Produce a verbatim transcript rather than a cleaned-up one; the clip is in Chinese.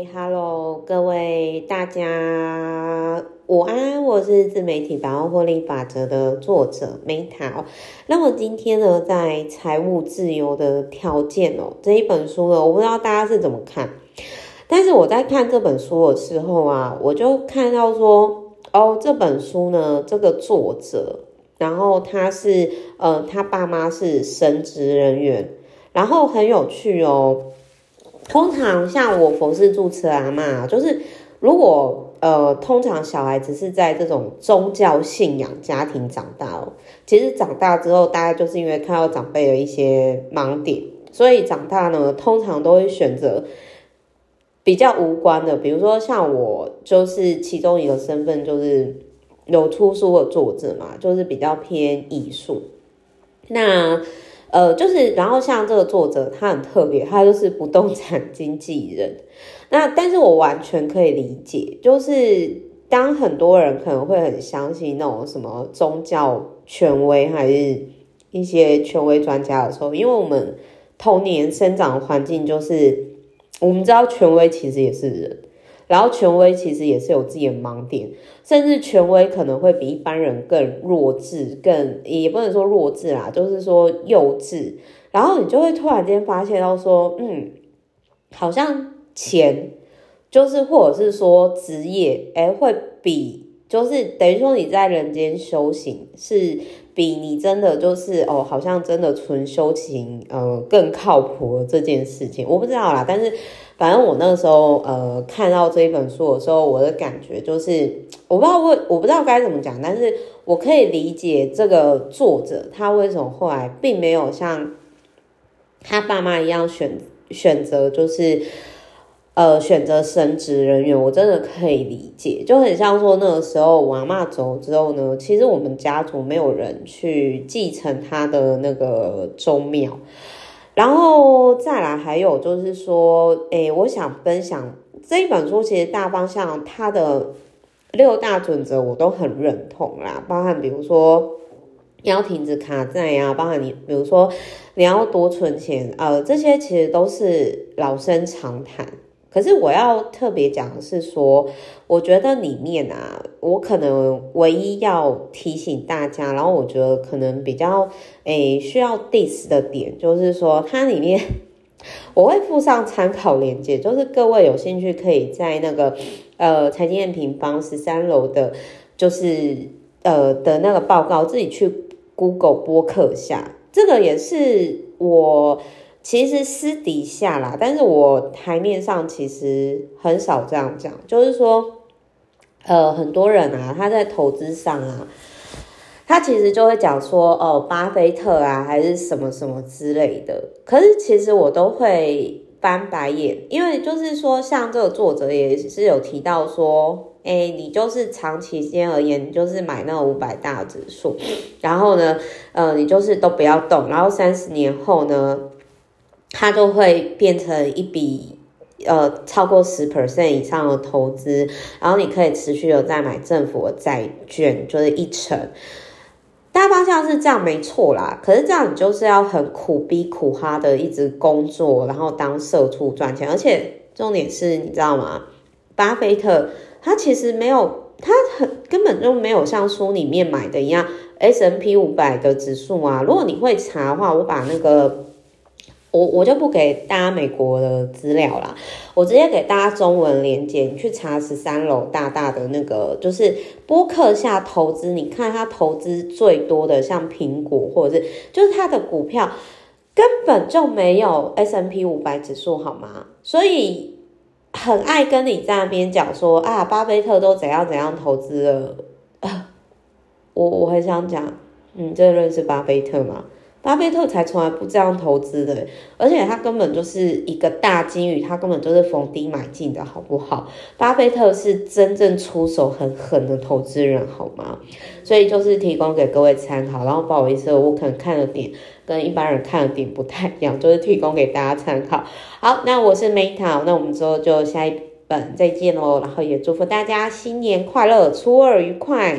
Hello，各位大家午安，我是自媒体百万获利法则的作者 Meta。那么今天呢，在财务自由的条件哦这一本书呢，我不知道大家是怎么看，但是我在看这本书的时候啊，我就看到说，哦，这本书呢，这个作者，然后他是呃，他爸妈是神职人员，然后很有趣哦。通常像我佛事住持阿嬷，就是如果呃，通常小孩子是在这种宗教信仰家庭长大哦，其实长大之后，大概就是因为看到长辈的一些盲点，所以长大呢，通常都会选择比较无关的，比如说像我就是其中一个身份，就是有出书的作者嘛，就是比较偏艺术。那呃，就是然后像这个作者，他很特别，他就是不动产经纪人。那但是我完全可以理解，就是当很多人可能会很相信那种什么宗教权威还是一些权威专家的时候，因为我们童年生长的环境就是我们知道权威其实也是人，然后权威其实也是有自己的盲点，甚至权威可能会比一般人更弱智，更也不能说弱智啦，就是说幼稚。然后你就会突然间发现到说，嗯，好像钱就是或者是说职业，哎，会比就是等于说你在人间修行是比你真的就是哦，好像真的纯修行呃更靠谱的这件事情，我不知道啦，但是反正我那个时候呃看到这一本书的时候，我的感觉就是我不知道我我不知道该怎么讲，但是我可以理解这个作者他为什么后来并没有像他爸妈一样选选择就是呃选择神职人员，我真的可以理解，就很像说那个时候我阿嬷走之后呢，其实我们家族没有人去继承他的那个宗庙。然后再来还有就是说，诶，我想分享这一本书，其实大方向它的六大准则我都很认同啦，包含比如说你要停止卡债啊，包含你比如说你要多存钱，呃，这些其实都是老生常谈。可是我要特别讲的是说，我觉得里面啊，我可能唯一要提醒大家，然后我觉得可能比较诶需要 diss 的点，就是说它里面我会附上参考连结，就是各位有兴趣可以在那个呃财经验平方十三楼的，就是呃的那个报告自己去 Google 播客下，这个也是我。其实私底下啦，但是我台面上其实很少这样讲，就是说，呃，很多人啊，他在投资上啊，他其实就会讲说，哦，巴菲特啊，还是什么什么之类的。可是其实我都会翻白眼，因为就是说，像这个作者也是有提到说，哎，你就是长期间而言，你就是买那五百大指数，然后呢，呃，你就是都不要动，然后三十年后呢。它就会变成一笔呃超过 百分之十 以上的投资，然后你可以持续的再买政府的债券，就是一成。大方向是这样没错啦，可是这样你就是要很苦逼苦哈的一直工作，然后当社畜赚钱，而且重点是你知道吗？巴菲特他其实没有，他很根本就没有像书里面买的一样 S and P 五百 的指数啊。如果你会查的话，我把那个。我我就不给大家美国的资料啦，我直接给大家中文连结，你去查十三楼大大的那个就是播客下投资，你看他投资最多的像苹果或者是就是他的股票根本就没有 S and P 五百 指数好吗？所以很爱跟你在那边讲说啊，巴菲特都怎样怎样投资了，啊、我我很想讲，嗯，这认识巴菲特吗？巴菲特才从来不这样投资的，而且他根本就是一个大金鱼，他根本就是逢低买进的好不好？巴菲特是真正出手很狠的投资人好吗？所以就是提供给各位参考，然后不好意思，我可能看的点跟一般人看的点不太一样，就是提供给大家参考。好，那我是 Meta， 那我们之后就下一本再见咯，然后也祝福大家新年快乐，初二愉快。